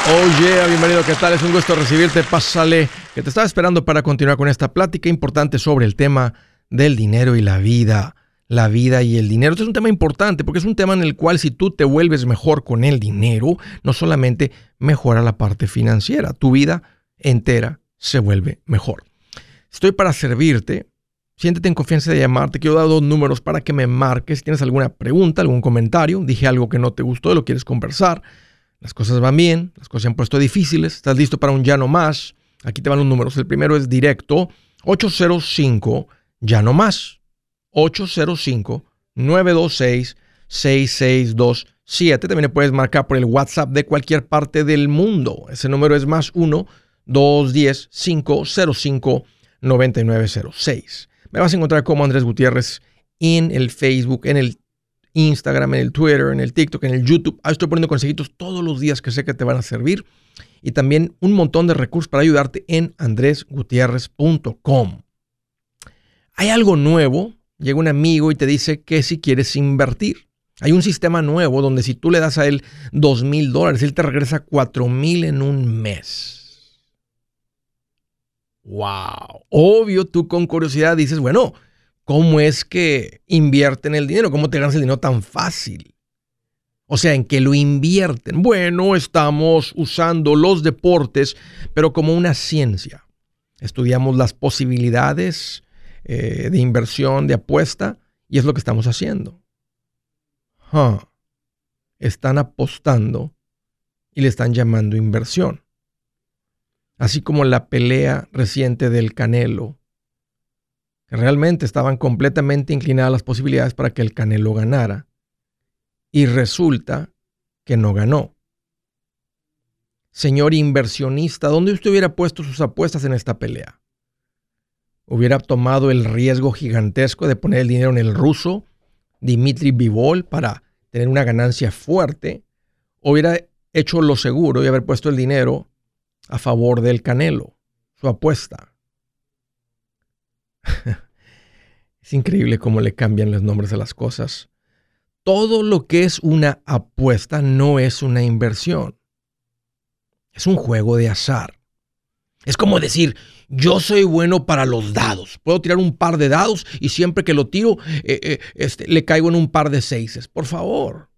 Oh yeah, bienvenido, ¿qué tal? Es un gusto recibirte, pásale, que te estaba esperando para continuar con esta plática importante sobre el tema del dinero y la vida y el dinero. Este es un tema importante porque es un tema en el cual si tú te vuelves mejor con el dinero, no solamente mejora la parte financiera, tu vida entera se vuelve mejor. Estoy para servirte. Siéntete en confianza de llamarte. Quiero dar 2 números para que me marques. Si tienes alguna pregunta, algún comentario, dije algo que no te gustó y lo quieres conversar. Las cosas van bien, las cosas se han puesto difíciles. ¿Estás listo para un ya no más? Aquí te van los números. El primero es directo, 805 ya no más. 805-926-6627. También puedes marcar por el WhatsApp de cualquier parte del mundo. Ese número es más 1-210-505-9906. Me vas a encontrar como Andrés Gutiérrez en el Facebook, en el Instagram, en el Twitter, en el TikTok, en el YouTube. Ahí estoy poniendo consejitos todos los días que sé que te van a servir. Y también un montón de recursos para ayudarte en andresgutierrez.com. Hay algo nuevo. Llega un amigo y te dice que si quieres invertir. Hay un sistema nuevo donde si tú le das a él $2,000, él te regresa $4,000 en un mes. ¡Wow! Obvio, tú con curiosidad dices, bueno, ¿cómo es que invierten el dinero? ¿Cómo te ganas el dinero tan fácil? O sea, ¿en qué lo invierten? Bueno, estamos usando los deportes, pero como una ciencia. Estudiamos las posibilidades de inversión, de apuesta, y es lo que estamos haciendo. Están apostando y le están llamando inversión. Así como la pelea reciente del Canelo, que realmente estaban completamente inclinadas las posibilidades para que el Canelo ganara. Y resulta que no ganó. Señor inversionista, ¿dónde usted hubiera puesto sus apuestas en esta pelea? ¿Hubiera tomado el riesgo gigantesco de poner el dinero en el ruso Dmitry Bivol para tener una ganancia fuerte? ¿O hubiera hecho lo seguro y haber puesto el dinero a favor del Canelo, su apuesta? Es increíble cómo le cambian los nombres a las cosas. Todo lo que es una apuesta no es una inversión. Es un juego de azar. Es como decir, yo soy bueno para los dados. Puedo tirar un par de dados y siempre que lo tiro, le caigo en un par de 6. Por favor.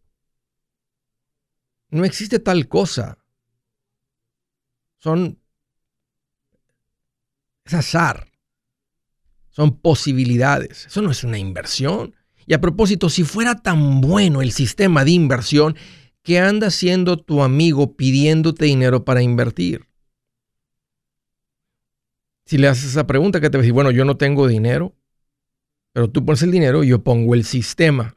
No existe tal cosa. Es azar. Son posibilidades. Eso no es una inversión. Y a propósito, si fuera tan bueno el sistema de inversión, ¿qué anda haciendo tu amigo pidiéndote dinero para invertir? Si le haces esa pregunta, ¿qué te va a decir? Bueno, yo no tengo dinero, pero tú pones el dinero y yo pongo el sistema.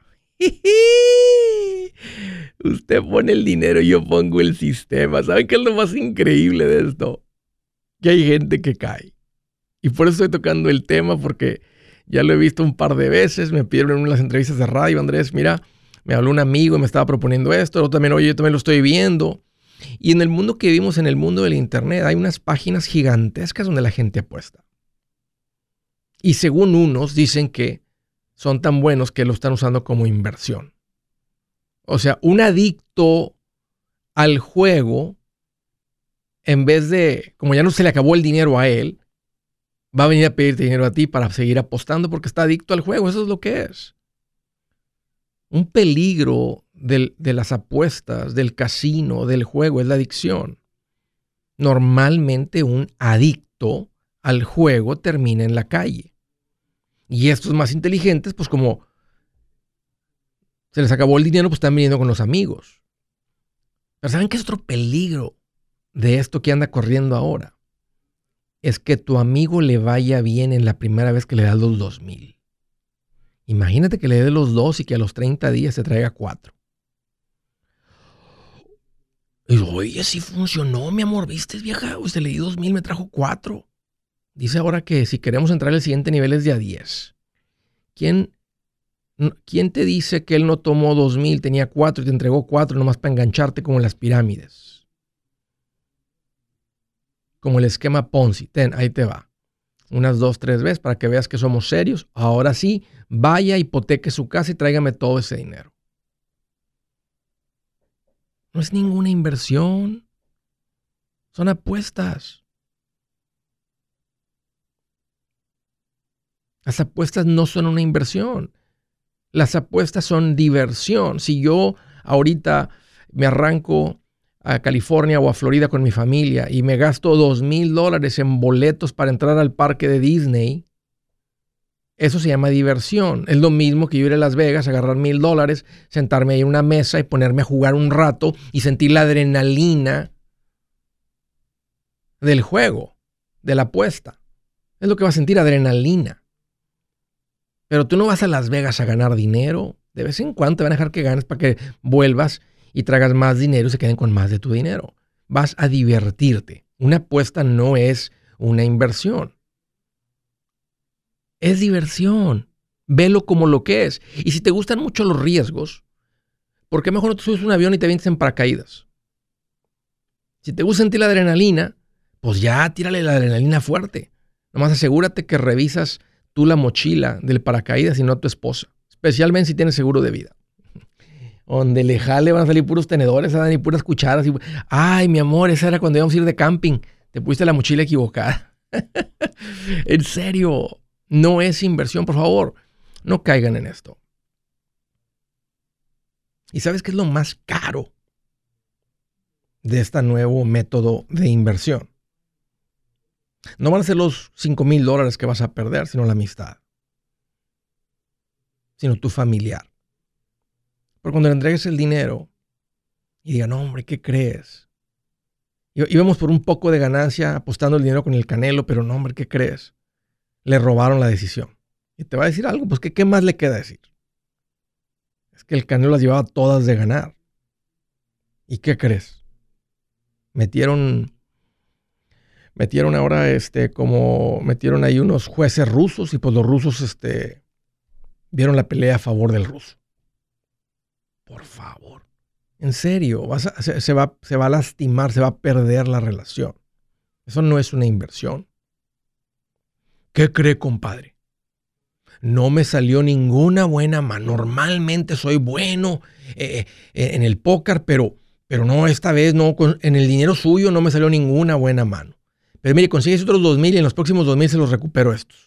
Usted pone el dinero y yo pongo el sistema. ¿Saben qué es lo más increíble de esto? Que hay gente que cae. Y por eso estoy tocando el tema, porque ya lo he visto un par de veces. Me pidieron en unas entrevistas de radio, Andrés, mira, me habló un amigo y me estaba proponiendo esto. Yo también lo estoy viendo. Y en el mundo que vivimos, en el mundo del internet, hay unas páginas gigantescas donde la gente apuesta. Y según unos dicen que son tan buenos que lo están usando como inversión. O sea, un adicto al juego, en vez de, como ya no se le acabó el dinero a él, va a venir a pedirte dinero a ti para seguir apostando porque está adicto al juego. Eso es lo que es. Un peligro de las apuestas, del casino, del juego, es la adicción. Normalmente un adicto al juego termina en la calle. Y estos más inteligentes, pues como se les acabó el dinero, pues están viniendo con los amigos. Pero ¿saben qué es otro peligro de esto que anda corriendo ahora? Es que tu amigo le vaya bien en la primera vez que le das los 2,000. Imagínate que le dé los 2 y que a los 30 días se traiga 4. Y digo, oye, sí funcionó, mi amor, ¿viste, vieja? Usted le di 2,000, me trajo 4. Dice ahora que si queremos entrar al siguiente nivel es de a 10. ¿Quién te dice que él no tomó 2,000, tenía 4 y te entregó 4 nomás para engancharte como en las pirámides? Como el esquema Ponzi. Ahí te va. Unas 2, 3 veces para que veas que somos serios. Ahora sí, vaya, hipoteque su casa y tráigame todo ese dinero. No es ninguna inversión. Son apuestas. Las apuestas no son una inversión. Las apuestas son diversión. Si yo ahorita me arranco a California o a Florida con mi familia y me gasto $2,000 en boletos para entrar al parque de Disney, eso se llama diversión. Es lo mismo que yo ir a Las Vegas, agarrar $1,000, sentarme ahí en una mesa y ponerme a jugar un rato y sentir la adrenalina del juego, de la apuesta. Es lo que va a sentir, adrenalina. Pero tú no vas a Las Vegas a ganar dinero. De vez en cuando te van a dejar que ganes para que vuelvas y traigas más dinero y se queden con más de tu dinero. Vas a divertirte. Una apuesta no es una inversión. Es diversión. Velo como lo que es. Y si te gustan mucho los riesgos, ¿por qué mejor no te subes a un avión y te avientas en paracaídas? Si te gusta sentir la adrenalina, pues ya tírale la adrenalina fuerte. Nomás asegúrate que revisas tú la mochila del paracaídas y no a tu esposa. Especialmente si tienes seguro de vida. Donde le jale van a salir puros tenedores, van a salir puras cucharas. Ay, mi amor, esa era cuando íbamos a ir de camping. Te pusiste la mochila equivocada. En serio, no es inversión, por favor. No caigan en esto. ¿Y sabes qué es lo más caro de este nuevo método de inversión? No van a ser los $5,000 que vas a perder, sino la amistad. Sino tu familiar. Porque cuando le entregues el dinero y digan, no, hombre, ¿qué crees? Íbamos por un poco de ganancia apostando el dinero con el Canelo, pero no, hombre, ¿qué crees? Le robaron la decisión. Y te va a decir algo, pues ¿qué más le queda decir? Es que el Canelo las llevaba todas de ganar. ¿Y qué crees? Metieron ahora metieron ahí unos jueces rusos y pues los rusos vieron la pelea a favor del ruso. Por favor. En serio, se va a lastimar, se va a perder la relación. Eso no es una inversión. ¿Qué cree, compadre? No me salió ninguna buena mano. Normalmente soy bueno en el póker, pero no, esta vez no, en el dinero suyo no me salió ninguna buena mano. Pero mire, consigues otros 2,000 y en los próximos 2,000 se los recupero estos.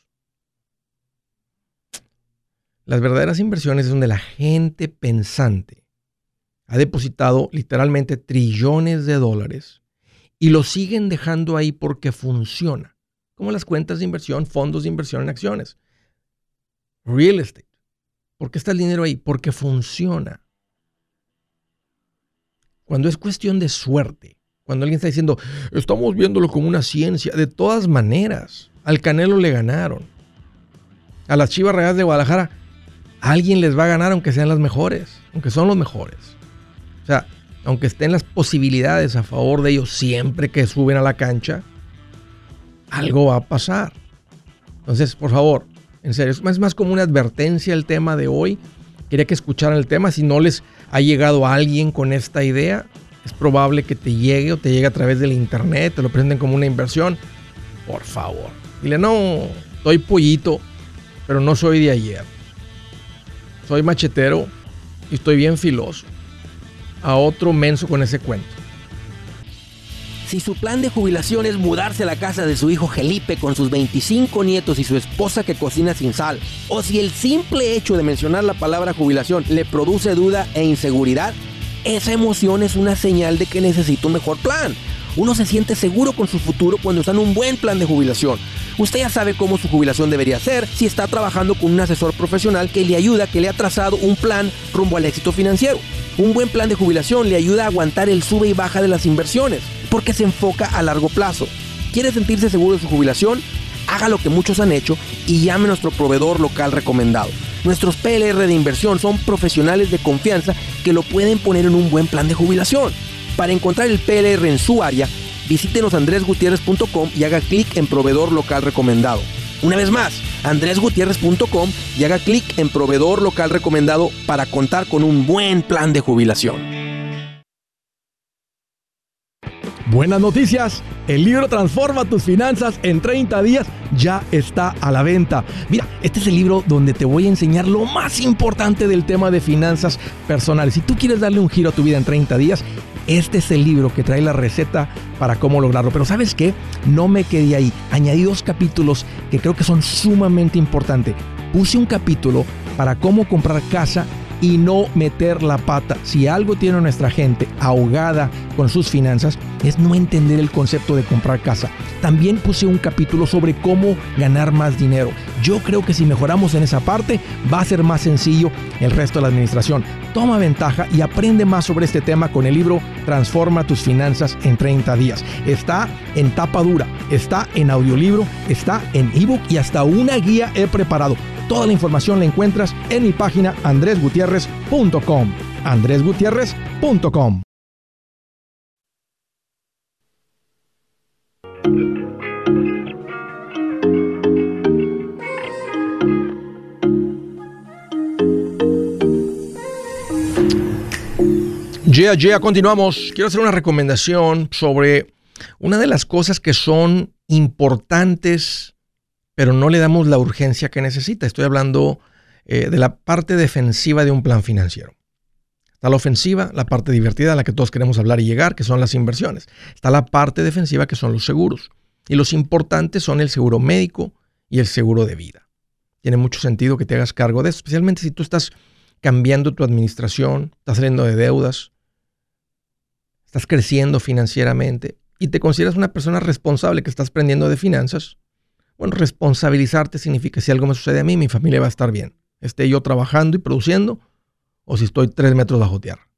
Las verdaderas inversiones es donde la gente pensante ha depositado literalmente trillones de dólares y lo siguen dejando ahí porque funciona. Como las cuentas de inversión, fondos de inversión en acciones. Real estate. ¿Por qué está el dinero ahí? Porque funciona. Cuando es cuestión de suerte, cuando alguien está diciendo, estamos viéndolo como una ciencia, de todas maneras, al Canelo le ganaron. A las Chivas Rayadas de Guadalajara, alguien les va a ganar aunque sean las mejores, aunque son los mejores. O sea, aunque estén las posibilidades a favor de ellos siempre que suben a la cancha, algo va a pasar. Entonces, por favor, en serio, es más como una advertencia el tema de hoy. Quería que escucharan el tema. Si no les ha llegado a alguien con esta idea, es probable que te llegue o te llegue a través del internet, te lo presenten como una inversión. Por favor, dile, no, soy pollito, pero no soy de ayer. Soy machetero y estoy bien filoso. A otro menso con ese cuento. Si su plan de jubilación es mudarse a la casa de su hijo Felipe con sus 25 nietos y su esposa que cocina sin sal, o si el simple hecho de mencionar la palabra jubilación le produce duda e inseguridad, esa emoción es una señal de que necesita un mejor plan. Uno se siente seguro con su futuro cuando está en un buen plan de jubilación. Usted ya sabe cómo su jubilación debería ser si está trabajando con un asesor profesional que le ayuda, que le ha trazado un plan rumbo al éxito financiero. Un buen plan de jubilación le ayuda a aguantar el sube y baja de las inversiones, porque se enfoca a largo plazo. ¿Quiere sentirse seguro de su jubilación? Haga lo que muchos han hecho y llame a nuestro proveedor local recomendado. Nuestros PLR de inversión son profesionales de confianza que lo pueden poner en un buen plan de jubilación. Para encontrar el PLR en su área, visítenos andresgutierrez.com y haga clic en proveedor local recomendado. Una vez más, andresgutierrez.com y haga clic en proveedor local recomendado para contar con un buen plan de jubilación. Buenas noticias, el libro Transforma tus finanzas en 30 días ya está a la venta. Mira, este es el libro donde te voy a enseñar lo más importante del tema de finanzas personales. Si tú quieres darle un giro a tu vida en 30 días, este es el libro que trae la receta para cómo lograrlo. Pero ¿sabes qué? No me quedé ahí. Añadí 2 capítulos que creo que son sumamente importantes. Puse un capítulo para cómo comprar casa y no meter la pata. Si algo tiene a nuestra gente ahogada con sus finanzas, es no entender el concepto de comprar casa. También puse un capítulo sobre cómo ganar más dinero. Yo creo que si mejoramos en esa parte, va a ser más sencillo el resto de la administración. Toma ventaja y aprende más sobre este tema con el libro Transforma tus finanzas en 30 días. Está en tapa dura, está en audiolibro, está en ebook y hasta una guía he preparado. Toda la información la encuentras en mi página andresgutierrez.com. andresgutierrez.com. Continuamos. Quiero hacer una recomendación sobre una de las cosas que son importantes, pero no le damos la urgencia que necesita. Estoy hablando de la parte defensiva de un plan financiero. Está la ofensiva, la parte divertida a la que todos queremos hablar y llegar, que son las inversiones. Está la parte defensiva, que son los seguros. Y los importantes son el seguro médico y el seguro de vida. Tiene mucho sentido que te hagas cargo de eso, especialmente si tú estás cambiando tu administración, estás saliendo de deudas, estás creciendo financieramente y te consideras una persona responsable que estás aprendiendo de finanzas. Bueno, responsabilizarte significa si algo me sucede a mí, mi familia va a estar bien. Esté yo trabajando y produciendo o si estoy 3 metros bajo tierra.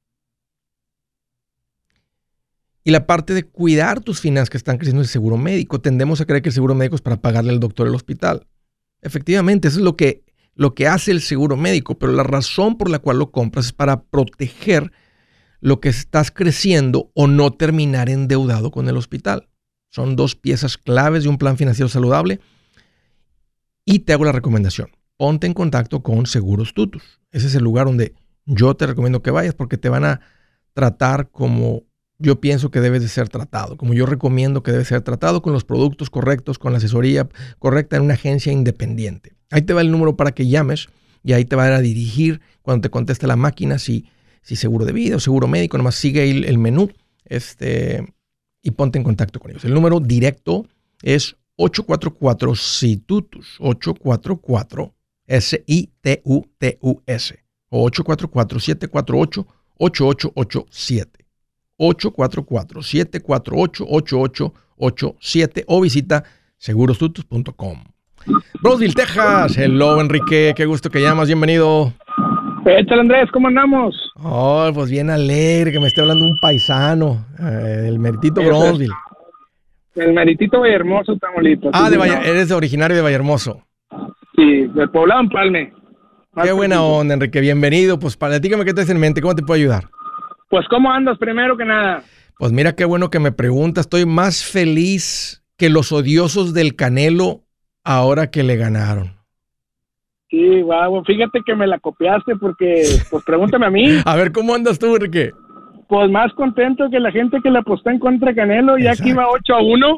Y la parte de cuidar tus finanzas que están creciendo es el seguro médico. Tendemos a creer que el seguro médico es para pagarle al doctor del hospital. Efectivamente, eso es lo que hace el seguro médico, pero la razón por la cual lo compras es para proteger lo que estás creciendo o no terminar endeudado con el hospital. Son 2 piezas claves de un plan financiero saludable. Y te hago la recomendación. Ponte en contacto con Seguros Tutus. Ese es el lugar donde yo te recomiendo que vayas porque te van a tratar como yo pienso que debes de ser tratado, como yo recomiendo que debes ser tratado, con los productos correctos, con la asesoría correcta en una agencia independiente. Ahí te va el número para que llames y ahí te va a dirigir cuando te conteste la máquina si seguro de vida o seguro médico. Nomás sigue ahí el menú y ponte en contacto con ellos. El número directo es 844-SITUTUS, 844-SITUTUS o 844-748-8887. 844-748-8887 o visita segurostutus.com. Brownsville, Texas. Hello, Enrique. Qué gusto que llamas. Bienvenido. Échale, Andrés. ¿Cómo andamos? Oh, pues bien alegre que me esté hablando un paisano. El meritito Brownsville. El meritito Vallehermoso, Tamaulipas. Ah, eres originario de Vallehermoso. Sí, del poblado Empalme. Qué buena onda, Enrique. Bienvenido. Pues platícame qué te hace en mente. ¿Cómo te puedo ayudar? Pues, ¿cómo andas primero que nada? Pues mira qué bueno que me preguntas. Estoy más feliz que los odiosos del Canelo ahora que le ganaron. Sí, guau. Fíjate que me la copiaste porque, pues pregúntame a mí. A ver, ¿cómo andas tú, Enrique? Pues más contento que la gente que le apostó en contra de Canelo, ya que iba 8-1.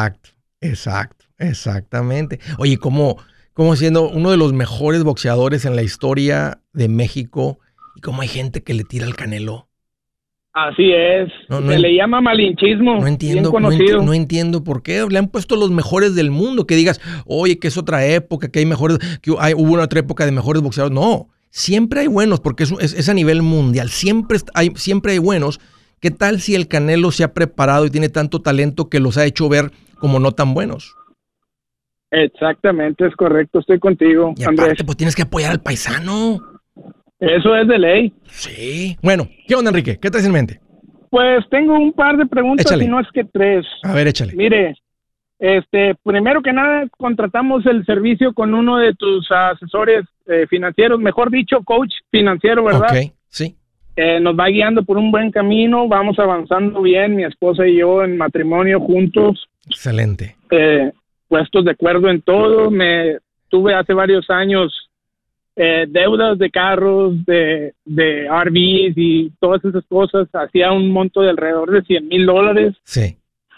Exactamente. Oye, ¿cómo siendo uno de los mejores boxeadores en la historia de México y cómo hay gente que le tira al Canelo? Así es. Se le llama malinchismo. No entiendo por qué. Le han puesto los mejores del mundo. Que digas, oye, que es otra época, que hay mejores, hubo una otra época de mejores boxeadores. No, siempre hay buenos porque es a nivel mundial. Siempre hay buenos. ¿Qué tal si el Canelo se ha preparado y tiene tanto talento que los ha hecho ver como no tan buenos? Exactamente, es correcto. Estoy contigo, y aparte, Andrés. Pues tienes que apoyar al paisano. Eso es de ley. Sí. Bueno, ¿qué onda, Enrique? ¿Qué traes en mente? Pues tengo un par de preguntas, Échale. si no es que 3. A ver, échale. Mire, primero que nada, contratamos el servicio con uno de tus asesores financieros, mejor dicho, coach financiero, ¿verdad? Ok, sí. Nos va guiando por un buen camino, vamos avanzando bien, mi esposa y yo en matrimonio juntos. Excelente. Puestos de acuerdo en todo. Tuve hace varios años deudas de carros, de RVs y todas esas cosas. Hacía un monto de alrededor de $100,000. Sí.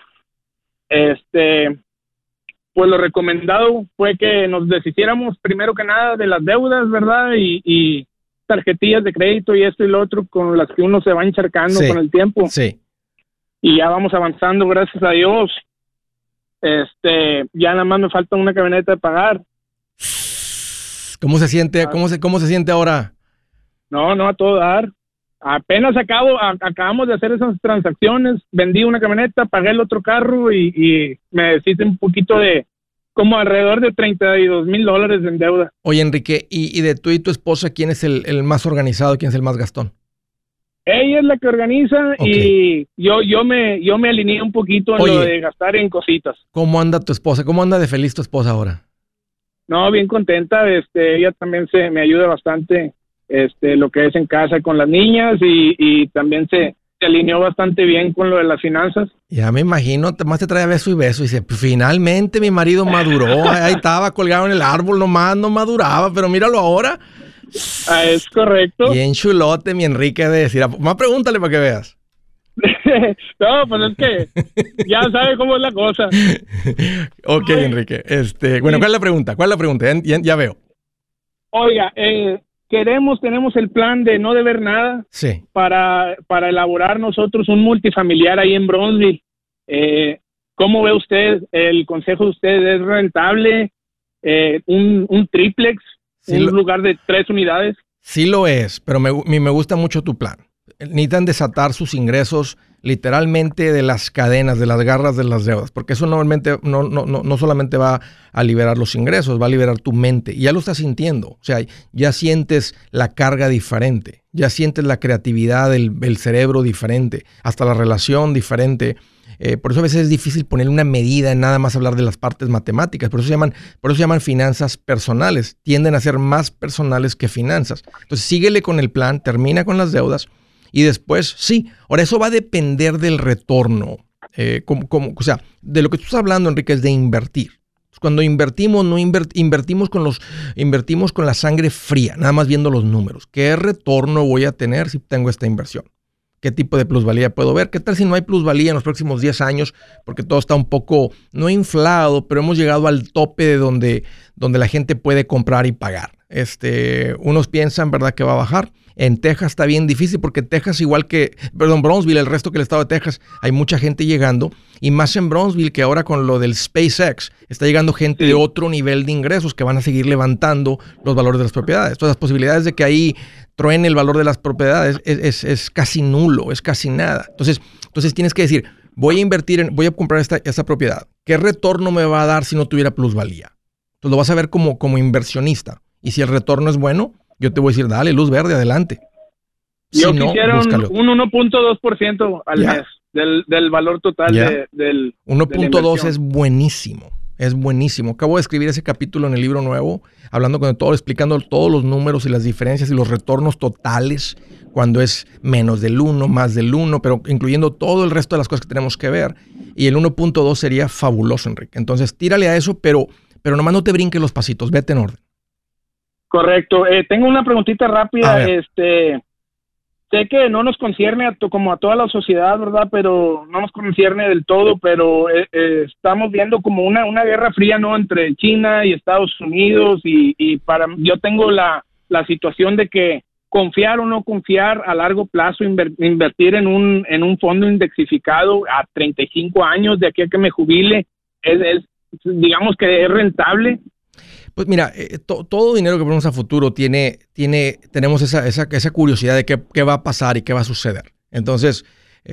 Pues lo recomendado fue que nos deshiciéramos primero que nada de las deudas, ¿verdad? Y tarjetillas de crédito y esto y lo otro con las que uno se va encharcando con el tiempo. Sí. y ya vamos avanzando, gracias a Dios. Ya nada más me falta una camioneta de pagar. ¿Cómo se siente? ¿Cómo se siente ahora? No, a todo dar. Apenas acabamos de hacer esas transacciones, vendí una camioneta, pagué el otro carro y me deshice un poquito de, como alrededor de $32,000 en deuda. Oye, Enrique, y de tú y tu esposa, ¿quién es el más organizado? ¿Quién es el más gastón? Ella es la que organiza, okay. Y yo me alineé un poquito en lo de gastar en cositas. ¿Cómo anda tu esposa? ¿Cómo anda de feliz tu esposa ahora? No, bien contenta. Ella también me ayuda bastante, lo que es en casa con las niñas y también se alineó bastante bien con lo de las finanzas. Ya me imagino, más te trae beso y beso y dice, pues, finalmente mi marido maduró, ahí estaba colgado en el árbol, nomás no maduraba, pero míralo ahora. Es correcto. Bien chulote, mi Enrique, de decir. Más pregúntale para que veas. No, pues es que ya sabe cómo es la cosa. Ok, Enrique. Bueno, ¿cuál es la pregunta? Ya veo. Oiga, tenemos el plan de no deber nada. Sí. Para elaborar nosotros un multifamiliar ahí en Bronzeville. ¿Cómo ve usted? ¿El consejo de usted es rentable? ¿Un triplex? Sí, ¿un lugar de 3 unidades? Sí lo es, pero me gusta mucho tu plan. Necesitan desatar sus ingresos literalmente de las cadenas, de las garras de las deudas, porque eso normalmente no solamente va a liberar los ingresos, va a liberar tu mente. Y ya lo estás sintiendo, o sea, ya sientes la carga diferente, ya sientes la creatividad del cerebro diferente, hasta la relación diferente. Por eso a veces es difícil ponerle una medida en nada más hablar de las partes matemáticas. Por eso se llaman finanzas personales. Tienden a ser más personales que finanzas. Entonces síguele con el plan, termina con las deudas y después sí. Ahora eso va a depender del retorno. O sea, de lo que tú estás hablando, Enrique, es de invertir. Cuando invertimos, invertimos con la sangre fría, nada más viendo los números. ¿Qué retorno voy a tener si tengo esta inversión? ¿Qué tipo de plusvalía puedo ver? ¿Qué tal si no hay plusvalía en los próximos 10 años? Porque todo está un poco, no inflado, pero hemos llegado al tope de donde la gente puede comprar y pagar. Unos piensan, ¿verdad?, que va a bajar. En Texas está bien difícil porque Texas, Bronzeville, el resto que el estado de Texas, hay mucha gente llegando. Y más en Bronzeville, que ahora con lo del SpaceX, está llegando gente de otro nivel de ingresos que van a seguir levantando los valores de las propiedades. Todas las posibilidades de que ahí truene el valor de las propiedades es casi nulo, es casi nada. Entonces tienes que decir, voy a comprar esta propiedad. ¿Qué retorno me va a dar si no tuviera plusvalía? Entonces lo vas a ver como inversionista. Y si el retorno es bueno, yo te voy a decir, dale, luz verde, adelante. Yo quisiera un 1.2% al mes del valor total del 1.2 es buenísimo. Es buenísimo. Acabo de escribir ese capítulo en el libro nuevo, hablando con todo, explicando todos los números y las diferencias y los retornos totales cuando es menos del 1, más del 1, pero incluyendo todo el resto de las cosas que tenemos que ver. Y el 1.2 sería fabuloso, Enrique. Entonces, tírale a eso, pero nomás no te brinques los pasitos, vete en orden. Correcto. Tengo una preguntita rápida. Sé que no nos concierne como a toda la sociedad, ¿verdad? Pero no nos concierne del todo, pero estamos viendo como una guerra fría, ¿no?, entre China y Estados Unidos y yo tengo la situación de que confiar o no confiar a largo plazo, invertir en un fondo indexificado a 35 años de aquí a que me jubile, digamos que es rentable. Pues mira, todo dinero que ponemos a futuro tenemos esa curiosidad de qué va a pasar y qué va a suceder. Entonces,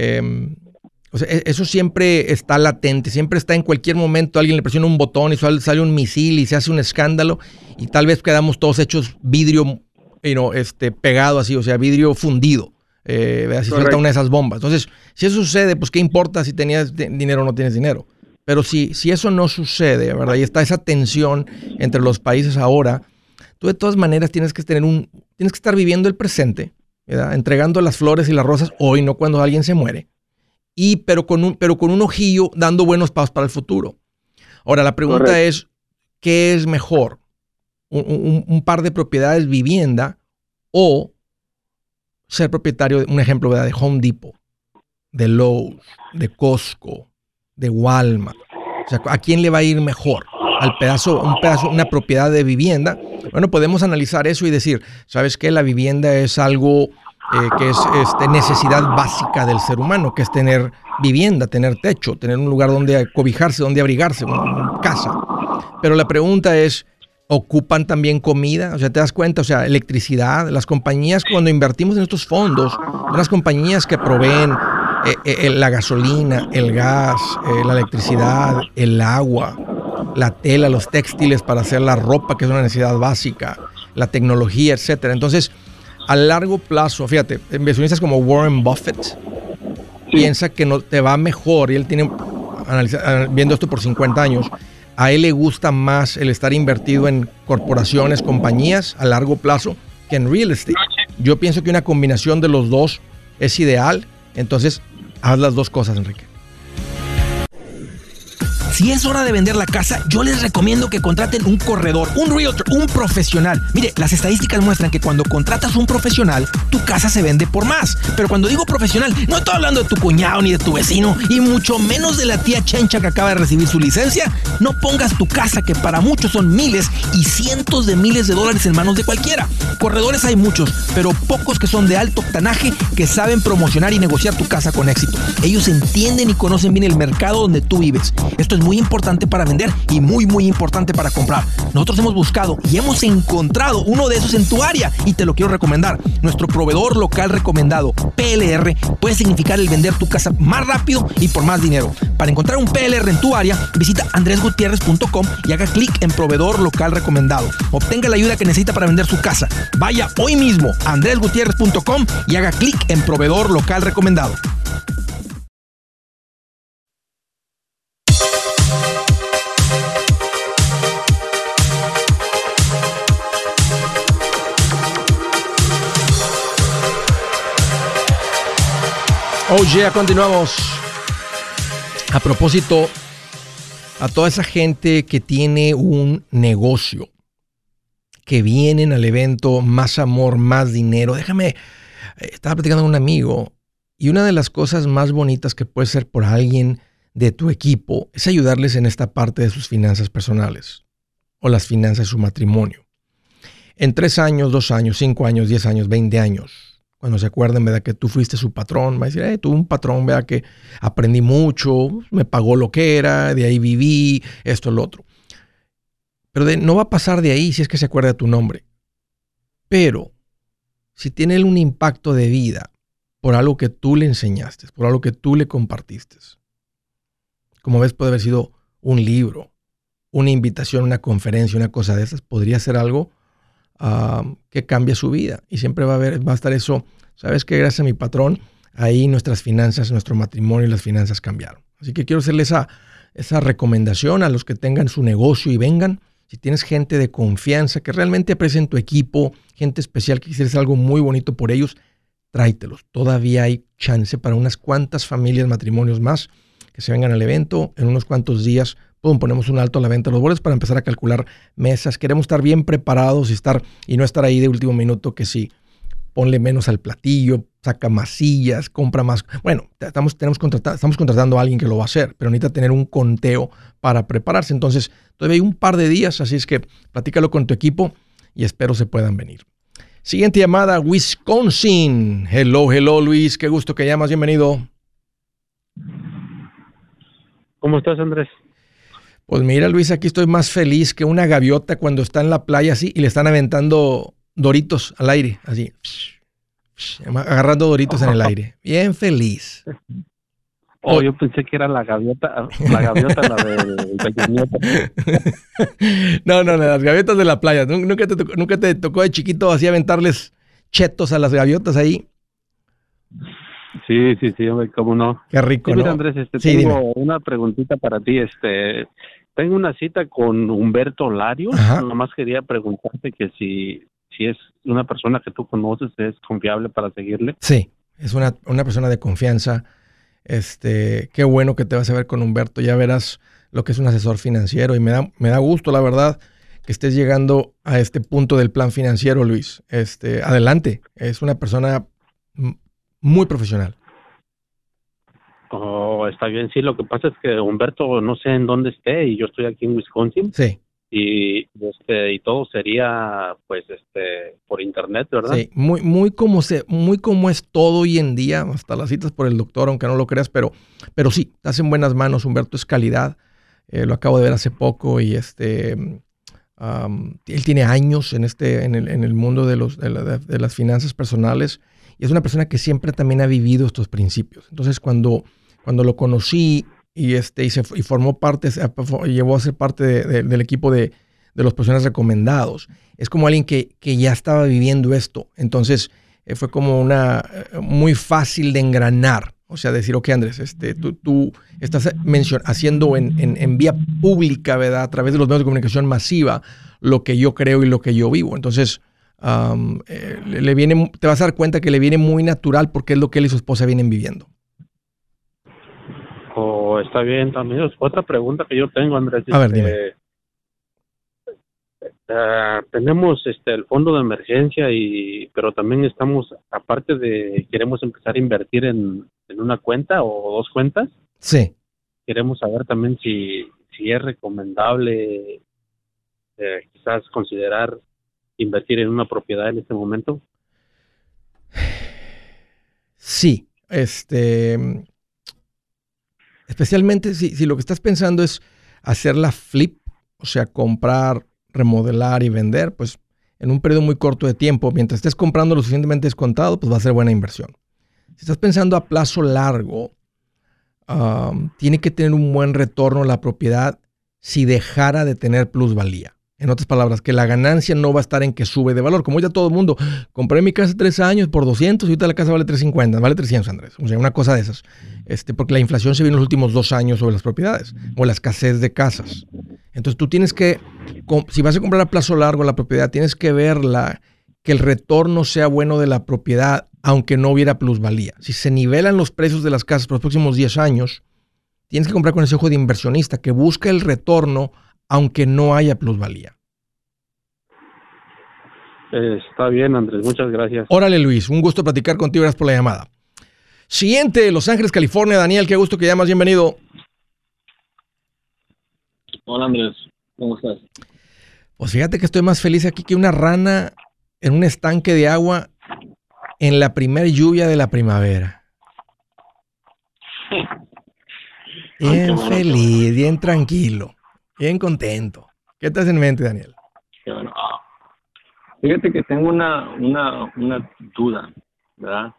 eso siempre está latente, siempre está en cualquier momento, alguien le presiona un botón y sale un misil y se hace un escándalo y tal vez quedamos todos hechos vidrio pegado así, o sea, vidrio fundido. Si suelta una de esas bombas. Entonces, si eso sucede, pues qué importa si tenías dinero o no tienes dinero. Pero si eso no sucede, ¿verdad? Y está esa tensión entre los países ahora, tú de todas maneras tienes que estar viviendo el presente, ¿verdad? Entregando las flores y las rosas hoy, no cuando alguien se muere. Pero con un ojillo dando buenos pasos para el futuro. Ahora, la pregunta es, ¿qué es mejor? ¿Un par de propiedades vivienda o ser propietario, un ejemplo, ¿verdad?, de Home Depot, de Lowe's, de Costco, de Walmart? O sea, ¿a quién le va a ir mejor? Una propiedad de vivienda. Bueno, podemos analizar eso y decir, ¿sabes qué? La vivienda es algo que es necesidad básica del ser humano, que es tener vivienda, tener techo, tener un lugar donde cobijarse, donde abrigarse, una casa. Pero la pregunta es, ¿ocupan también comida? O sea, ¿te das cuenta? O sea, electricidad. Las compañías, cuando invertimos en estos fondos, son las compañías que proveen la gasolina, el gas, la electricidad, el agua, la tela, los textiles para hacer la ropa, que es una necesidad básica, la tecnología, etcétera. Entonces, a largo plazo, fíjate, inversionistas como Warren Buffett piensa que no te va mejor, y él tiene viendo esto por 50 años, a él le gusta más el estar invertido en corporaciones, compañías a largo plazo que en real estate. Yo pienso que una combinación de los dos es ideal, entonces haz las dos cosas, Enrique. Si es hora de vender la casa, yo les recomiendo que contraten un corredor, un realtor, un profesional. Mire, las estadísticas muestran que cuando contratas un profesional, tu casa se vende por más. Pero cuando digo profesional, no estoy hablando de tu cuñado ni de tu vecino, y mucho menos de la tía Chencha que acaba de recibir su licencia. No pongas tu casa, que para muchos son miles y cientos de miles de dólares, en manos de cualquiera. Corredores hay muchos, pero pocos que son de alto octanaje, que saben promocionar y negociar tu casa con éxito. Ellos entienden y conocen bien el mercado donde tú vives. Esto es muy importante para vender y muy importante para comprar. Nosotros hemos buscado y hemos encontrado uno de esos en tu área y te lo quiero recomendar. Nuestro proveedor local recomendado, PLR, puede significar el vender tu casa más rápido y por más dinero. Para encontrar un PLR en tu área, visita andresgutierrez.com y haga clic en proveedor local recomendado. Obtenga la ayuda que necesita para vender su casa. Vaya hoy mismo a andresgutierrez.com y haga clic en proveedor local recomendado. Oh yeah, continuamos. A propósito, a toda esa gente que tiene un negocio, que vienen al evento Más Amor, Más Dinero. Estaba platicando con un amigo, y una de las cosas más bonitas que puede ser por alguien de tu equipo es ayudarles en esta parte de sus finanzas personales o las finanzas de su matrimonio. En 3 años, 2 años, 5 años, 10 años, 20 años, cuando se acuerden, ¿verdad?, que tú fuiste su patrón, va a decir, tuve un patrón, ¿verdad?, que aprendí mucho, me pagó lo que era, de ahí viví, esto, lo otro. Pero no va a pasar de ahí si es que se acuerda de tu nombre. Pero si tiene un impacto de vida por algo que tú le enseñaste, por algo que tú le compartiste, como ves, puede haber sido un libro, una invitación, una conferencia, una cosa de esas, podría ser algo que cambia su vida. Y siempre va a estar eso. ¿Sabes qué? Gracias a mi patrón, ahí nuestras finanzas, nuestro matrimonio y las finanzas cambiaron. Así que quiero hacerle esa recomendación a los que tengan su negocio y vengan. Si tienes gente de confianza que realmente aprecia tu equipo, gente especial que quisieras algo muy bonito por ellos, tráetelos. Todavía hay chance para unas cuantas familias, matrimonios más que se vengan al evento. En unos cuantos días ponemos un alto a la venta de los boletos para empezar a calcular mesas. Queremos estar bien preparados y no estar ahí de último minuto, que sí, ponle menos al platillo, saca más sillas, compra más. Bueno, estamos contratando a alguien que lo va a hacer, pero necesita tener un conteo para prepararse. Entonces, todavía hay un par de días, así es que platícalo con tu equipo y espero se puedan venir. Siguiente llamada, Wisconsin. Hello, Luis. Qué gusto que llamas. Bienvenido. ¿Cómo estás, Andrés? Pues mira, Luis, aquí estoy más feliz que una gaviota cuando está en la playa así y le están aventando Doritos al aire, así, agarrando Doritos en el aire. Bien feliz. Yo pensé que era la gaviota la del Peña Nieto. No, las gaviotas de la playa. ¿Nunca te tocó de chiquito así aventarles chetos a las gaviotas ahí? Sí, hombre, cómo no. Qué rico, sí, mira, ¿no? Andrés, Sí, tengo dime. una preguntita para ti. Tengo una cita con Humberto Larios. Ajá. Nomás quería preguntarte que si es una persona que tú conoces, es confiable para seguirle. Sí, es una persona de confianza. Qué bueno que te vas a ver con Humberto. Ya verás lo que es un asesor financiero y me da gusto, la verdad, que estés llegando a este punto del plan financiero, Luis. Adelante. Es una persona muy profesional. Está bien, sí. Lo que pasa es que Humberto no sé en dónde esté y yo estoy aquí en Wisconsin. Sí. y todo sería pues por internet, ¿verdad? Sí, muy como es todo hoy en día, hasta las citas por el doctor, aunque no lo creas, pero sí, estás en buenas manos. Humberto es calidad. Lo acabo de ver hace poco y él tiene años en el mundo de las finanzas personales y es una persona que siempre también ha vivido estos principios. Entonces, cuando lo conocí y formó parte, llevó a ser parte del equipo de los profesionales recomendados, es como alguien que ya estaba viviendo esto. Entonces, fue como muy fácil de engranar. O sea, decir, ok, Andrés, tú estás haciendo en vía pública, ¿verdad? A través de los medios de comunicación masiva, lo que yo creo y lo que yo vivo. Entonces, te vas a dar cuenta que le viene muy natural porque es lo que él y su esposa vienen viviendo. Está bien también. Otra pregunta que yo tengo, Andrés. A ver, dime. Tenemos el fondo de emergencia pero también queremos empezar a invertir en una cuenta o 2 cuentas. Sí. Queremos saber también si es recomendable quizás considerar invertir en una propiedad en este momento. Sí, especialmente si lo que estás pensando es hacer la flip, o sea, comprar, remodelar y vender, pues en un periodo muy corto de tiempo, mientras estés comprando lo suficientemente descontado, pues va a ser buena inversión. Si estás pensando a plazo largo, tiene que tener un buen retorno la propiedad si dejara de tener plusvalía. En otras palabras, que la ganancia no va a estar en que sube de valor. Como ya todo el mundo, compré mi casa 3 años por 200 y ahorita la casa vale 350, vale 300, Andrés. O sea, una cosa de esas. Porque la inflación se vino en los últimos 2 años sobre las propiedades o la escasez de casas. Entonces tú tienes que, si vas a comprar a plazo largo la propiedad, tienes que verla, que el retorno sea bueno de la propiedad, aunque no hubiera plusvalía. Si se nivelan los precios de las casas por los próximos 10 años, tienes que comprar con ese ojo de inversionista que busca el retorno aunque no haya plusvalía. Está bien, Andrés. Muchas gracias. Órale, Luis. Un gusto platicar contigo. Gracias por la llamada. Siguiente, Los Ángeles, California. Daniel, qué gusto que llamas. Bienvenido. Hola, Andrés. ¿Cómo estás? Pues fíjate que estoy más feliz aquí que una rana en un estanque de agua en la primera lluvia de la primavera. Bien feliz, bien tranquilo, bien contento. ¿Qué te hace en mente, Daniel? Qué bueno. Fíjate que tengo una duda, ¿verdad?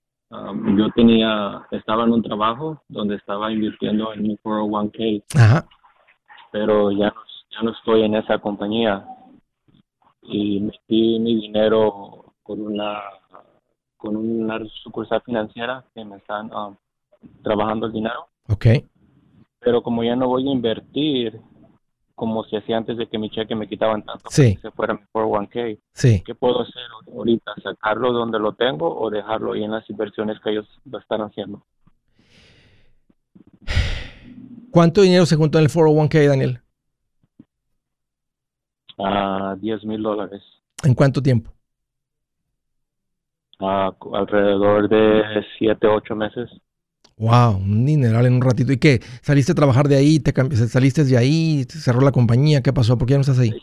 Estaba en un trabajo donde estaba invirtiendo en mi 401k. Ajá. Pero ya no estoy en esa compañía y metí mi dinero con una sucursal financiera que me están trabajando el dinero. Ok. Pero como ya no voy a invertir como se hacía antes de que mi cheque me quitaban tanto Sí. que se fuera mi 401k, Sí. ¿qué puedo hacer ahorita? ¿Sacarlo donde lo tengo o dejarlo ahí en las inversiones que ellos lo están haciendo? ¿Cuánto dinero se juntó en el 401k, Daniel? $10,000. ¿En cuánto tiempo? Alrededor de 7, 8 meses. Wow, un dineral en un ratito. ¿Y qué? ¿Saliste a trabajar de ahí? ¿Saliste de ahí? ¿Te cerró la compañía? ¿Qué pasó? ¿Por qué ya no estás ahí?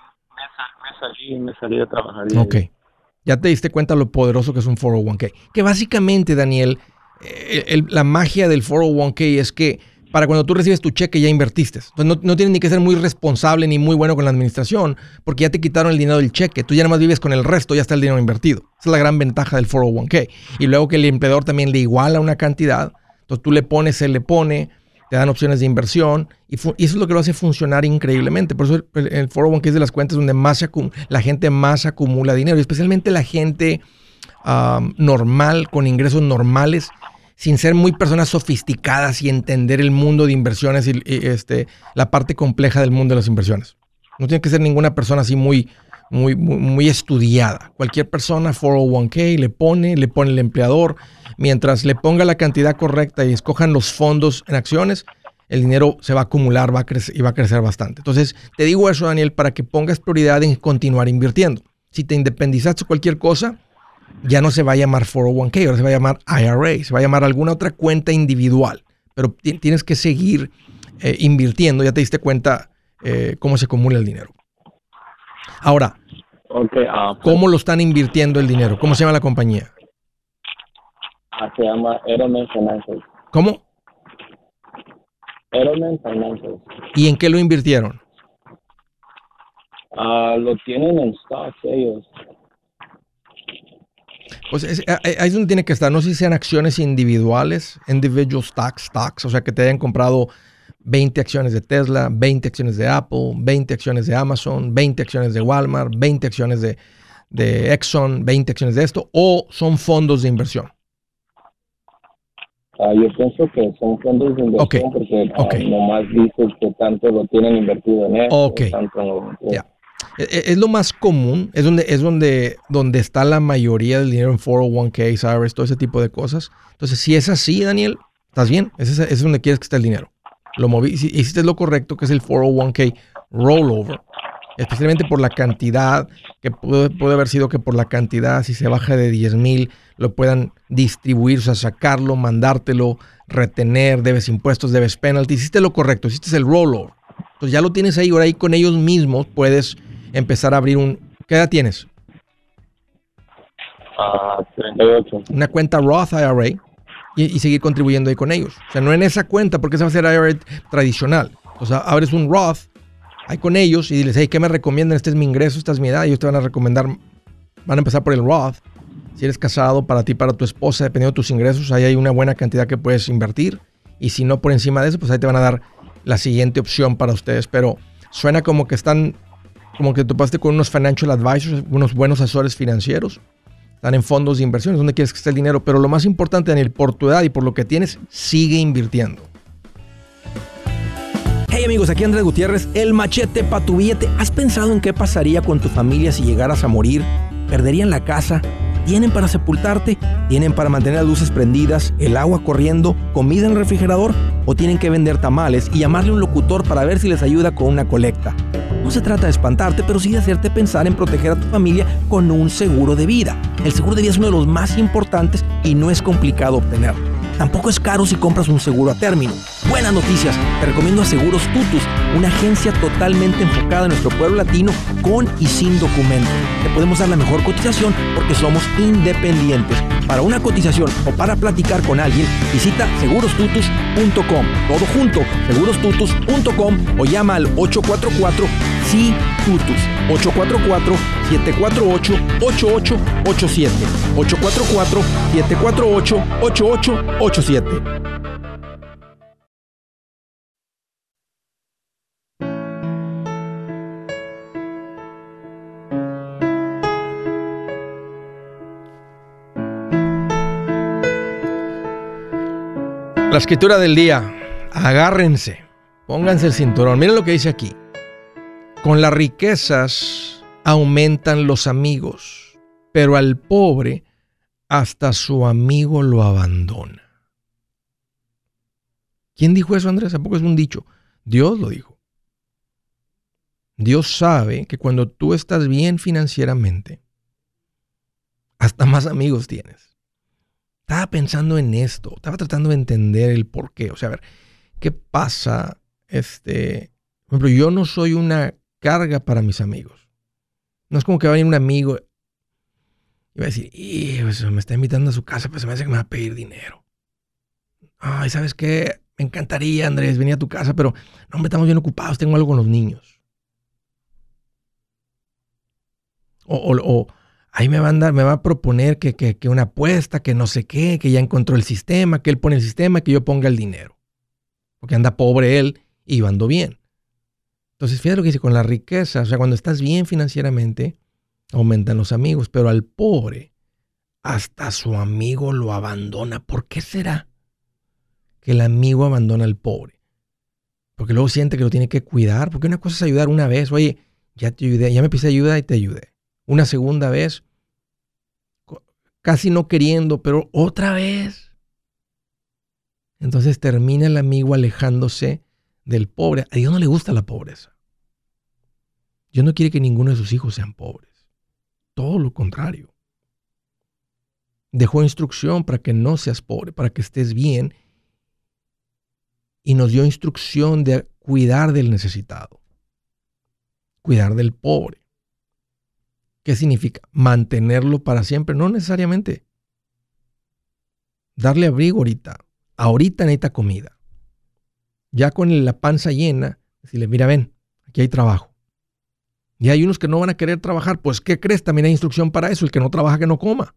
Me salí a trabajar. Ok. Ya te diste cuenta lo poderoso que es un 401k. Que básicamente, Daniel, la magia del 401k es que para cuando tú recibes tu cheque ya invertiste. Entonces no tienes ni que ser muy responsable ni muy bueno con la administración porque ya te quitaron el dinero del cheque. Tú ya nada más vives con el resto, ya está el dinero invertido. Esa es la gran ventaja del 401k. Y luego que el empleador también le iguala una cantidad. Entonces tú le pones, él le pone, te dan opciones de inversión y eso es lo que lo hace funcionar increíblemente. Por eso el 401k es de las cuentas donde la gente más acumula dinero y especialmente la gente normal, con ingresos normales, sin ser muy personas sofisticadas y entender el mundo de inversiones y la parte compleja del mundo de las inversiones. No tiene que ser ninguna persona así muy estudiada. Cualquier persona 401k le pone el empleador. Mientras le ponga la cantidad correcta y escojan los fondos en acciones, el dinero se va a acumular, va a crecer bastante. Entonces, te digo eso, Daniel, para que pongas prioridad en continuar invirtiendo. Si te independizaste de cualquier cosa, ya no se va a llamar 401k, ahora se va a llamar IRA, se va a llamar alguna otra cuenta individual. Pero tienes que seguir invirtiendo. Ya te diste cuenta cómo se acumula el dinero. Ahora, Okay, ¿cómo lo están invirtiendo el dinero? ¿Cómo se llama la compañía? se llama Edelman Financial. ¿Cómo? Edelman Financial. ¿Y en qué lo invirtieron? Lo tienen en stocks ellos. Pues ahí es donde tiene que estar. No sé si sean acciones individuales, individual stocks, o sea, que te hayan comprado 20 acciones de Tesla, 20 acciones de Apple, 20 acciones de Amazon, 20 acciones de Walmart, 20 acciones de Exxon, 20 acciones de esto, o son fondos de inversión. Yo pienso que son fondos de inversión porque nomás dice que tanto lo tienen invertido en eso, tanto en lo ya. Es lo más común, es donde está la mayoría del dinero en 401k, IRS, todo ese tipo de cosas. Entonces, si es así, Daniel, estás bien, es donde quieres que esté el dinero. Hiciste lo correcto, que es el 401k rollover, especialmente por la cantidad, que puede haber sido que por la cantidad, si se baja de 10,000, lo puedan distribuir, o sea, sacarlo, mandártelo, retener, debes impuestos, debes penalty. Hiciste lo correcto, hiciste el rollover. Entonces ya lo tienes ahí, ahora ahí con ellos mismos puedes empezar a abrir ¿qué edad tienes? 38. Una cuenta Roth IRA y seguir contribuyendo ahí con ellos. O sea, no en esa cuenta, porque esa va a ser IRA tradicional. O sea, abres un Roth ahí con ellos y diles, hey, ¿qué me recomiendan? Este es mi ingreso, esta es mi edad. Ellos te van a recomendar, van a empezar por el Roth. Si eres casado, para ti, para tu esposa, dependiendo de tus ingresos, ahí hay una buena cantidad que puedes invertir. Y si no por encima de eso, pues ahí te van a dar la siguiente opción para ustedes. Pero suena como que como que topaste con unos financial advisors, unos buenos asesores financieros. Están en fondos de inversiones, donde quieres que esté el dinero. Pero lo más importante, Daniel, por tu edad y por lo que tienes, sigue invirtiendo. Hey amigos, aquí Andrés Gutiérrez, el machete para tu billete. ¿Has pensado en qué pasaría con tu familia si llegaras a morir? ¿Perderían la casa? ¿Tienen para sepultarte? ¿Tienen para mantener las luces prendidas, el agua corriendo, comida en el refrigerador? ¿O tienen que vender tamales y llamarle a un locutor para ver si les ayuda con una colecta? No se trata de espantarte, pero sí de hacerte pensar en proteger a tu familia con un seguro de vida. El seguro de vida es uno de los más importantes y no es complicado obtenerlo. Tampoco es caro si compras un seguro a término. Buenas noticias, te recomiendo a Seguros Tutus, una agencia totalmente enfocada en nuestro pueblo latino con y sin documentos. Te podemos dar la mejor cotización porque somos independientes. Para una cotización o para platicar con alguien, visita segurostutus.com. Todo junto, segurostutus.com o llama al 844-SI-TUTUS. 844-748-8887. 844-748-8887. La escritura del día. Agárrense. Pónganse el cinturón. Miren lo que dice aquí. Con las riquezas aumentan los amigos, pero al pobre hasta su amigo lo abandona. ¿Quién dijo eso, Andrés? ¿A poco es un dicho? Dios lo dijo. Dios sabe que cuando tú estás bien financieramente, hasta más amigos tienes. Estaba pensando en esto, estaba tratando de entender el por qué. O sea, a ver, ¿qué pasa? Por ejemplo, yo no soy una carga para mis amigos. No es como que va a venir un amigo y va a decir, pues, me está invitando a su casa, pues se me hace que me va a pedir dinero. Ay, ¿sabes qué? Me encantaría, Andrés, venir a tu casa, pero no, hombre, estamos bien ocupados, tengo algo con los niños. Ahí me va a proponer que una apuesta, que no sé qué, que ya encontró el sistema, que él pone el sistema, que yo ponga el dinero. Porque anda pobre él y yo ando bien. Entonces, fíjate lo que dice, con la riqueza, o sea, cuando estás bien financieramente, aumentan los amigos, pero al pobre, hasta su amigo lo abandona. ¿Por qué será que el amigo abandona al pobre? Porque luego siente que lo tiene que cuidar, porque una cosa es ayudar una vez, oye, ya te ayudé, ya me pise ayuda y te ayudé. Una segunda vez, casi no queriendo, pero otra vez. Entonces termina el amigo alejándose del pobre. A Dios no le gusta la pobreza. Dios no quiere que ninguno de sus hijos sean pobres. Todo lo contrario. Dejó instrucción para que no seas pobre, para que estés bien. Y nos dio instrucción de cuidar del necesitado. cuidar del pobre. ¿Qué significa? Mantenerlo para siempre. No necesariamente. Darle abrigo ahorita. Ahorita necesita comida. Ya con la panza llena, decirle, mira, ven, aquí hay trabajo. Y hay unos que no van a querer trabajar. Pues, ¿qué crees? También hay instrucción para eso. El que no trabaja, que no coma.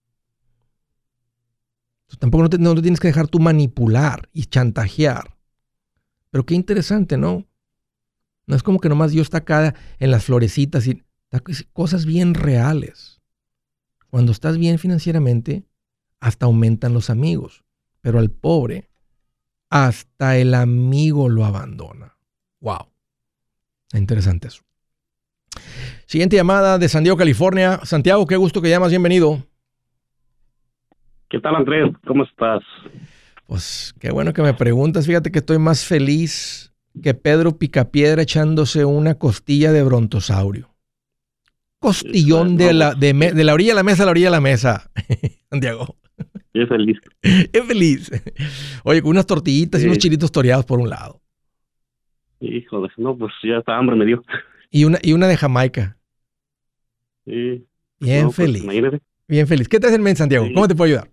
Entonces, tampoco no te tienes que dejar tú manipular y chantajear. Pero qué interesante, ¿no? No es como que nomás Dios está acá en las florecitas y cosas bien reales. Cuando estás bien financieramente, hasta aumentan los amigos. Pero al pobre, hasta el amigo lo abandona. Wow. Interesante eso. Siguiente llamada de San Diego, California. Santiago, qué gusto que llamas. Bienvenido. ¿Qué tal, Andrés? ¿Cómo estás? Pues qué bueno que me preguntas. Fíjate que estoy más feliz que Pedro Picapiedra echándose una costilla de brontosaurio. Costillón de la orilla a la mesa a la orilla a la mesa, Santiago. Estoy feliz. Es feliz. Oye, con unas tortillitas y unos chilitos toreados por un lado. Híjole, no, pues ya hasta hambre me dio. Y una de Jamaica. Sí. Bien feliz. Imagínate. Bien feliz. ¿Qué te hace el men, Santiago? ¿Cómo te puedo ayudar?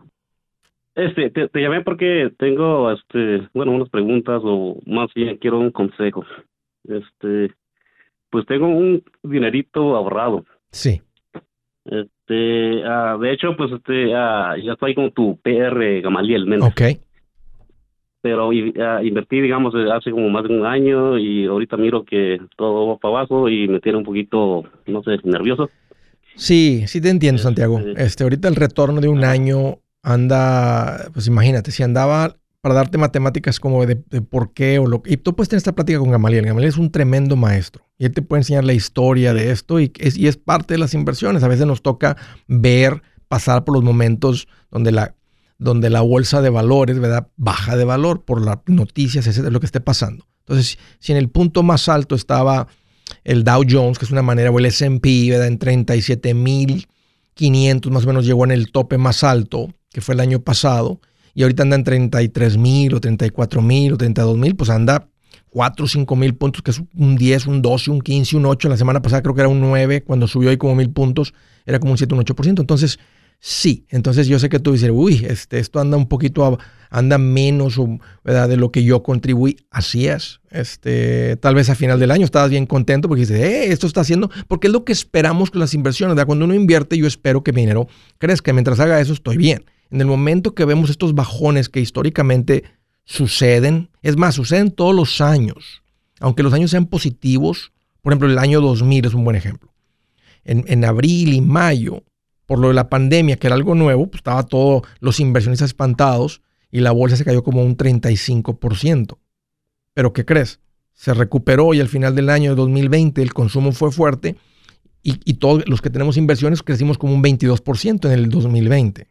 Te llamé porque tengo, unas preguntas o más bien quiero un consejo. Pues tengo un dinerito ahorrado. Sí. De hecho, pues, ya estoy con tu PR Gamaliel Méndez. Ok. Pero invertí, digamos, hace como más de un año y ahorita miro que todo va para abajo y me tiene un poquito, no sé, nervioso. Sí te entiendo, Santiago. Ahorita el retorno de un año anda, pues imagínate, si andaba para darte matemáticas como de por qué o lo que... Y tú puedes tener esta plática con Gamaliel. Gamaliel es un tremendo maestro y él te puede enseñar la historia de esto y es parte de las inversiones. A veces nos toca pasar por los momentos donde la bolsa de valores, ¿verdad?, baja de valor por las noticias, etcétera, lo que esté pasando. Entonces, si en el punto más alto estaba el Dow Jones, que es una manera, o el S&P, ¿verdad?, en 37,500 más o menos llegó en el tope más alto, que fue el año pasado, y ahorita anda en 33,000 o 34,000 o 32,000, pues anda 4 o 5,000 puntos, que es un 10, un 12, un 15, un 8. La semana pasada creo que era un 9, cuando subió ahí como 1,000 puntos, era como un 7, un 8%. Entonces, sí, entonces yo sé que tú dices, esto anda un poquito, anda menos, ¿verdad?, de lo que yo contribuí. Así es. Tal vez a final del año estabas bien contento porque dices, esto está haciendo, porque es lo que esperamos con las inversiones, ¿verdad? Cuando uno invierte, yo espero que mi dinero crezca. Mientras haga eso, estoy bien. En el momento que vemos estos bajones que históricamente suceden, es más, suceden todos los años, aunque los años sean positivos. Por ejemplo, el año 2000 es un buen ejemplo. En abril y mayo, por lo de la pandemia, que era algo nuevo, pues estaba todos los inversionistas espantados y la bolsa se cayó como un 35%. ¿Pero qué crees? Se recuperó y al final del año de 2020 el consumo fue fuerte y todos los que tenemos inversiones crecimos como un 22% en el 2020.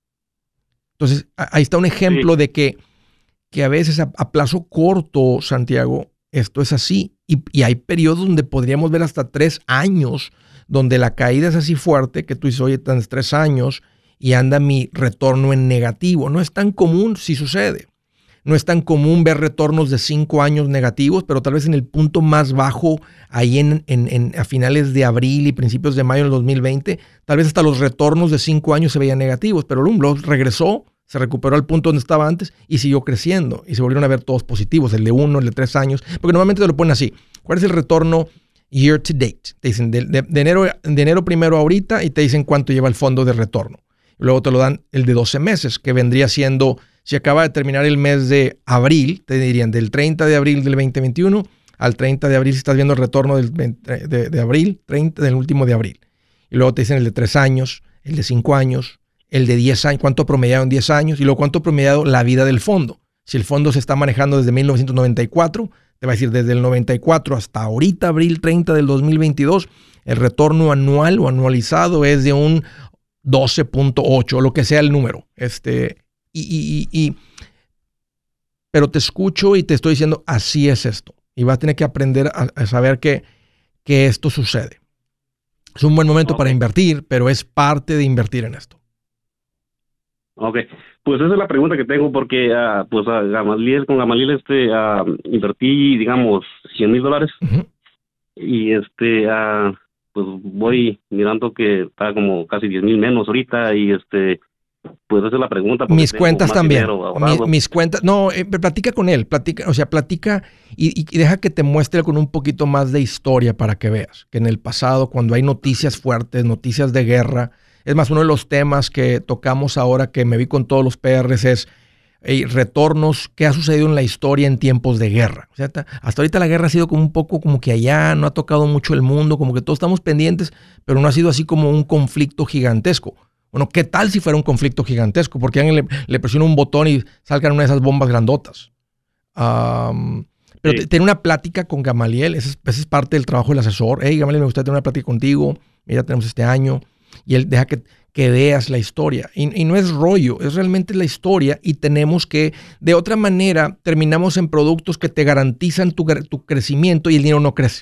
Entonces, ahí está un ejemplo de que a veces a plazo corto, Santiago, esto es así. Y hay periodos donde podríamos ver hasta 3 años donde la caída es así fuerte que tú dices, oye, tan 3 años y anda mi retorno en negativo. No es tan común si sucede. No es tan común ver retornos de 5 años negativos, pero tal vez en el punto más bajo, ahí a finales de abril y principios de mayo del 2020, tal vez hasta los retornos de 5 años se veían negativos, pero luego regresó, se recuperó al punto donde estaba antes y siguió creciendo y se volvieron a ver todos positivos, el de 1, el de 3 años, porque normalmente te lo ponen así. ¿Cuál es el retorno year to date? Te dicen de enero primero ahorita y te dicen cuánto lleva el fondo de retorno. Luego te lo dan el de 12 meses, que vendría siendo, si acaba de terminar el mes de abril, te dirían del 30 de abril del 2021 al 30 de abril, si estás viendo el retorno de abril, 30 del último de abril. Y luego te dicen el de 3 años, el de 5 años, el de 10 años, cuánto promediado en 10 años y luego cuánto promediado la vida del fondo. Si el fondo se está manejando desde 1994, te va a decir desde el 94 hasta ahorita, abril 30 del 2022, el retorno anual o anualizado es de un 12.8, lo que sea el número. Pero te escucho y te estoy diciendo, así es esto. Y vas a tener que aprender a saber que esto sucede. Es un buen momento para invertir, pero es parte de invertir en esto. Ok, pues esa es la pregunta que tengo porque con Gamaliel invertí, digamos, $100,000. Uh-huh. y pues voy mirando que está como casi 10,000 menos ahorita y pues esa es la pregunta. Mis cuentas también. Mis cuentas. No, platica con él. Platica y deja que te muestre con un poquito más de historia para que veas que en el pasado, cuando hay noticias fuertes, noticias de guerra. Es más, uno de los temas que tocamos ahora que me vi con todos los PRs es retornos, qué ha sucedido en la historia en tiempos de guerra. O sea, hasta ahorita la guerra ha sido como un poco como que allá, no ha tocado mucho el mundo, como que todos estamos pendientes, pero no ha sido así como un conflicto gigantesco. Bueno, ¿qué tal si fuera un conflicto gigantesco? Porque alguien le presiona un botón y salgan una de esas bombas grandotas. Pero tener una plática con Gamaliel, esa es parte del trabajo del asesor. Hey, Gamaliel, me gustaría tener una plática contigo. Ya tenemos este año. Y él deja que veas la historia. Y no es rollo, es realmente la historia. Y tenemos que, de otra manera, terminamos en productos que te garantizan tu crecimiento y el dinero no crece.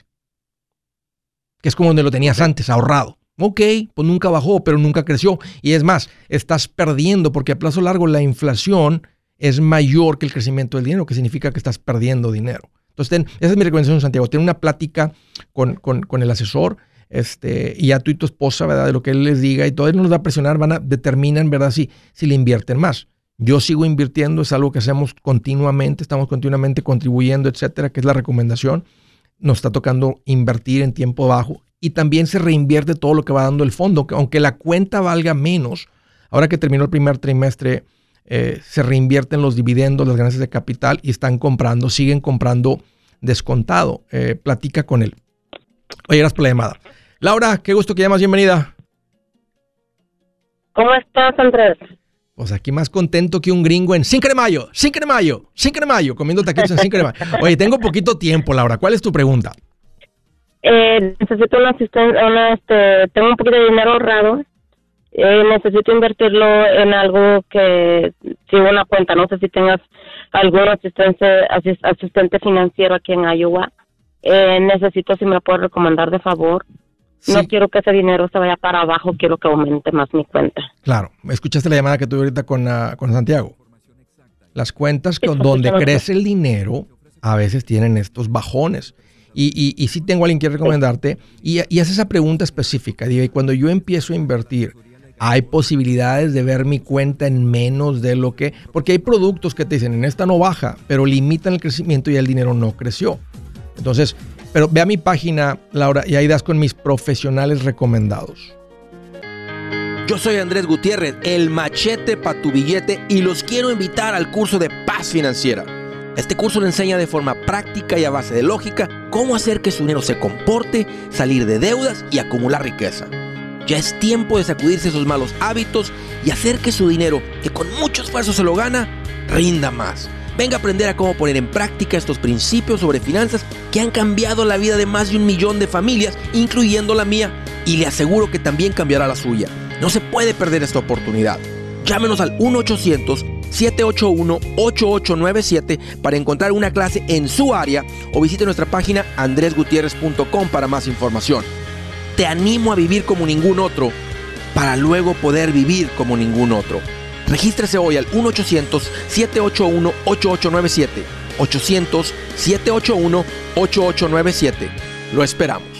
Que es como donde lo tenías antes, ahorrado. Ok, pues nunca bajó, pero nunca creció. Y es más, estás perdiendo porque a plazo largo la inflación es mayor que el crecimiento del dinero, que significa que estás perdiendo dinero. Entonces, esa es mi recomendación, Santiago. Ten una plática con el asesor y ya tú y tu esposa, ¿verdad? De lo que él les diga y todo. Él nos va a presionar, determinan, ¿verdad? Si le invierten más. Yo sigo invirtiendo, es algo que hacemos continuamente, estamos continuamente contribuyendo, etcétera, que es la recomendación. Nos está tocando invertir en tiempo bajo. Y también se reinvierte todo lo que va dando el fondo, aunque la cuenta valga menos. Ahora que terminó el primer trimestre, se reinvierten los dividendos, las ganancias de capital y siguen comprando descontado. Platica con él. Oye, gracias por la llamada. Laura, qué gusto que llamas, bienvenida. ¿Cómo estás, Andrés? Pues aquí más contento que un gringo en Cinco de Mayo, comiendo taquitos en Cinco de Mayo. Oye, tengo poquito tiempo, Laura. ¿Cuál es tu pregunta? Necesito una asistencia, tengo un poquito de dinero ahorrado. Necesito invertirlo en algo que sigo una cuenta. No sé si tengas algún asistente financiero aquí en Iowa. Necesito si me lo puedes recomendar de favor. Sí. No quiero que ese dinero se vaya para abajo, quiero que aumente más mi cuenta. Claro, ¿escuchaste la llamada que tuve ahorita con Santiago? Las cuentas donde crece el dinero a veces tienen estos bajones. Y sí tengo a alguien que recomendarte y haz esa pregunta específica. Digo, y cuando yo empiezo a invertir, ¿hay posibilidades de ver mi cuenta en menos de lo que...? Porque hay productos que te dicen, en esta no baja, pero limitan el crecimiento y el dinero no creció. Entonces, pero ve a mi página, Laura, y ahí das con mis profesionales recomendados. Yo soy Andrés Gutiérrez, el machete para tu billete, y los quiero invitar al curso de Paz Financiera. Este curso le enseña de forma práctica y a base de lógica cómo hacer que su dinero se comporte, salir de deudas y acumular riqueza. Ya es tiempo de sacudirse esos malos hábitos y hacer que su dinero, que con mucho esfuerzo se lo gana, rinda más. Venga a aprender a cómo poner en práctica estos principios sobre finanzas que han cambiado la vida de más de 1 millón de familias, incluyendo la mía, y le aseguro que también cambiará la suya. No se puede perder esta oportunidad. Llámenos al 1-800-781-8897 para encontrar una clase en su área o visite nuestra página andresgutierrez.com para más información. Te animo a vivir como ningún otro para luego poder vivir como ningún otro. Regístrese hoy al 1-800-781-8897. 800-781-8897. Lo esperamos.